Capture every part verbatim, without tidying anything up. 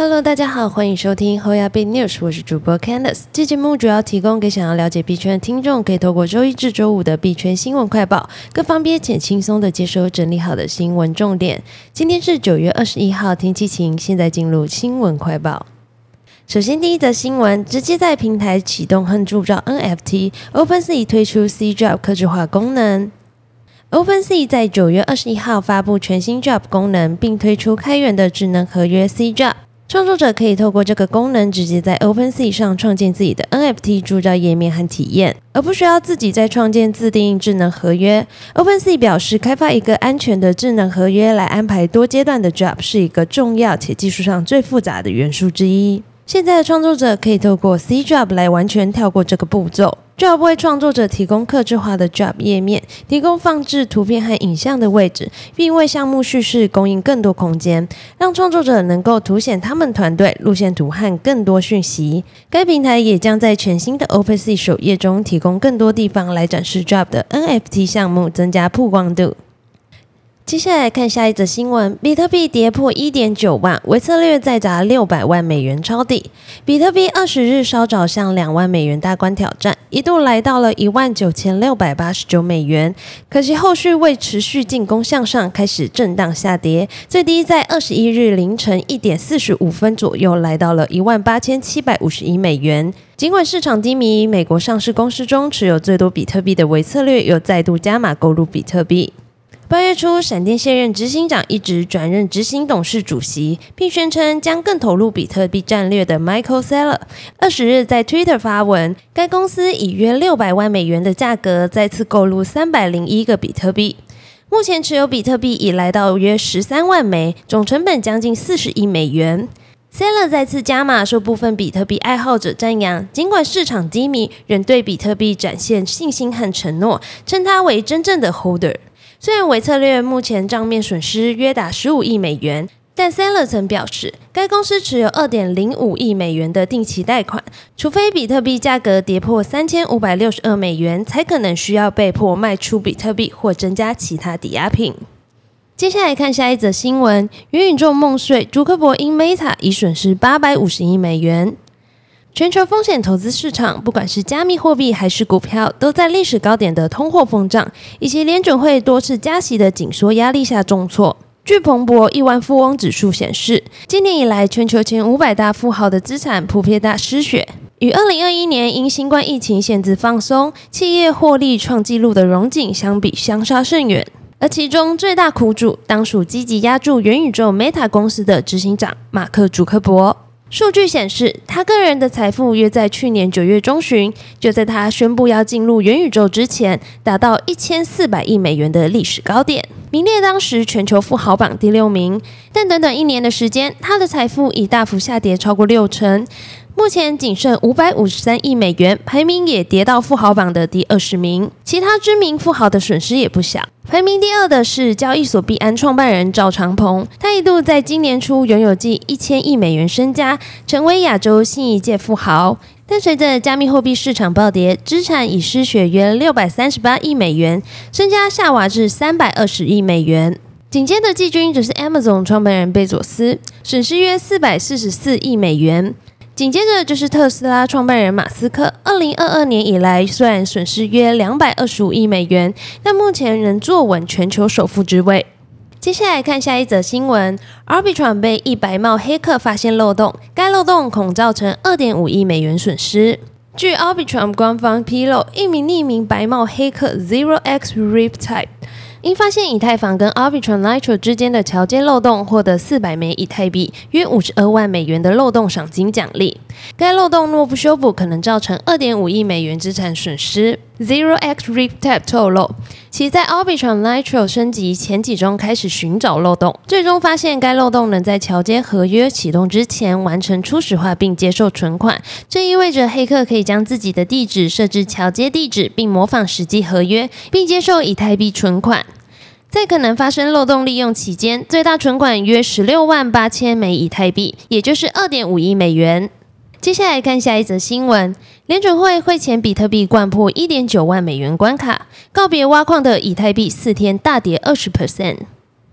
Hello， 大家好，欢迎收听后亚币 News， 我是主播 Candice。这节目主要提供给想要了解币圈的听众，可以透过周一至周五的币圈新闻快报，更方便且轻松的接收整理好的新闻重点。今天是九月二十一号，天气晴，现在进入新闻快报。首先，第一则新闻，直接在平台启动和铸造 N F T，OpenSea 推出 C-Drop 客制化功能。OpenSea 在九月二十一号发布全新 Drop 功能，并推出开源的智能合约 C-Drop。创作者可以透过这个功能，直接在 OpenSea 上创建自己的 N F T 铸造页面和体验，而不需要自己再创建自定义智能合约。OpenSea 表示，开发一个安全的智能合约来安排多阶段的 Drop 是一个重要且技术上最复杂的元素之一。现在的创作者可以透过 C-Drop 来完全跳过这个步骤。Drop 为创作者提供客制化的 Drop 页面，提供放置图片和影像的位置，并为项目叙事供应更多空间，让创作者能够凸显他们团队路线图和更多讯息。该平台也将在全新的 OpenSea 首页中提供更多地方来展示 Drop 的 N F T 项目，增加曝光度。接下来看下一则新闻，比特币跌破 一点九万，微策略再砸六百万美元抄底。比特币二十日稍早向两万美元大关挑战，一度来到了 一万九千六百八十九美元，可惜后续未持续进攻向上，开始震荡下跌，最低在二十一日凌晨一点四十五分左右来到了 一万八千七百五十一美元。尽管市场低迷，美国上市公司中持有最多比特币的微策略又再度加码购入比特币。八月初，闪电现任执行长一职转任执行董事主席，并宣称将更投入比特币战略的 Michael Saylor， 二十日在 Twitter 发文，该公司以约六百万美元的价格再次购入三百零一个比特币。目前持有比特币已来到约十三万枚，总成本将近四十亿美元。Saylor 再次加码，受部分比特币爱好者赞扬，尽管市场低迷，仍对比特币展现信心和承诺，称它为真正的 holder。虽然微策略目前账面损失约达十五亿美元，但 Saylor 曾表示，该公司持有 二点零五亿美元的定期贷款，除非比特币价格跌破三千五百六十二美元，才可能需要被迫卖出比特币或增加其他抵押品。接下来看下一则新闻，元宇宙梦碎，祖克伯因 Meta 已损失八百五十亿美元。全球风险投资市场，不管是加密货币还是股票，都在历史高点的通货膨胀以及联准会多次加息的紧缩压力下重挫。据彭博亿万富翁指数显示，今年以来全球前五百大富豪的资产普遍大失血。与二零二一年因新冠疫情限制放松，企业获利创纪录的荣景相比相差甚远。而其中最大苦主当属积极押注元宇宙 Meta 公司的执行长马克·祖克伯。数据显示，他个人的财富约在去年九月中旬，就在他宣布要进入元宇宙之前，达到一千四百亿美元的历史高点，名列当时全球富豪榜第六名。但短短一年的时间，他的财富已大幅下跌超过六成，目前仅剩五百五十三亿美元，排名也跌到富豪榜的第二十名。其他知名富豪的损失也不小。排名第二的是交易所币安创办人赵长鹏，他一度在今年初拥有近一千亿美元身家，成为亚洲新一届富豪。但随着加密货币市场暴跌，资产已失血约六百三十八亿美元，身家下滑至三百二十亿美元。紧接着季军则是 Amazon 创办人贝佐斯，损失约四百四十四亿美元。紧接着就是特斯拉创办人马斯克，二零二二年以来虽然损失约两百二十五亿美元，但目前仍坐稳全球首富之位。接下来看下一则新闻 ，Arbitrum 被一白帽黑客发现漏洞，该漏洞恐造成 二点五亿美元损失。据 Arbitrum 官方披露，一名匿名白帽黑客 Zero X Riptide因发现以太坊跟 Arbitrum Nitro 之间的桥接漏洞，获得四百枚以太币约五十二万美元的漏洞赏金奖励。该漏洞若不修补，可能造成 二点五亿美元资产损失。Zero X Riptide 透露，其在 Arbitrum Nitro 升级前几周开始寻找漏洞，最终发现该漏洞能在桥接合约启动之前完成初始化并接受存款。这意味着黑客可以将自己的地址设置桥接地址，并模仿实际合约，并接受以太币存款。在可能发生漏洞利用期间，最大存款约十六万八千枚以太币，也就是 二点五亿美元。接下来看下一则新闻，联准会会前比特币掼破 一点九万美元关卡，告别挖矿的以太币四天大跌 百分之二十。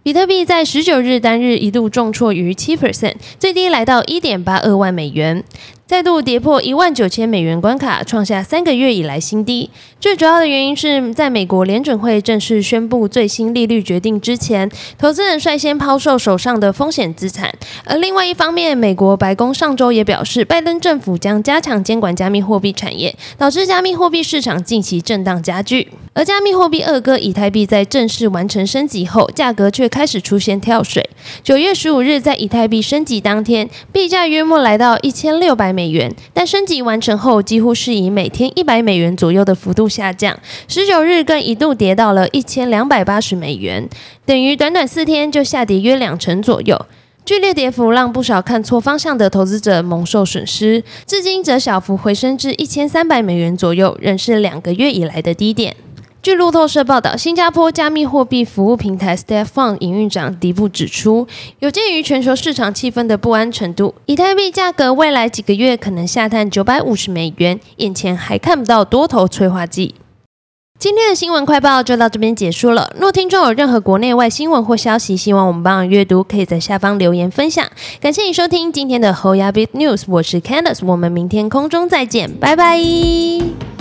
比特币在十九日单日一度重挫逾 百分之七， 最低来到 一点八二万美元，再度跌破一万九千美元关卡，创下三个月以来新低。最主要的原因是在美国联准会正式宣布最新利率决定之前，投资人率先抛售手上的风险资产。而另外一方面，美国白宫上周也表示，拜登政府将加强监管加密货币产业，导致加密货币市场近期震荡加剧。而加密货币二哥以太币在正式完成升级后，价格却开始出现跳水。九月十五日，在以太币升级当天，币价约莫来到一千六百美元，但升级完成后，几乎是以每天一百美元左右的幅度下降。十九日更一度跌到了一千两百八十美元，等于短短四天就下跌约两成左右。剧烈跌幅让不少看错方向的投资者蒙受损失，至今则小幅回升至一千三百美元左右，仍是两个月以来的低点。据路透社报道，新加坡加密货币服务平台 Stepfund 营运长迪布指出，有鉴于全球市场气氛的不安程度，以太币价格未来几个月可能下探九百五十美元，眼前还看不到多头催化剂。今天的新闻快报就到这边结束了。若听众有任何国内外新闻或消息，希望我们帮忙阅读，可以在下方留言分享。感谢你收听今天的 Hoya Bit News， 我是 Candice， 我们明天空中再见，拜拜。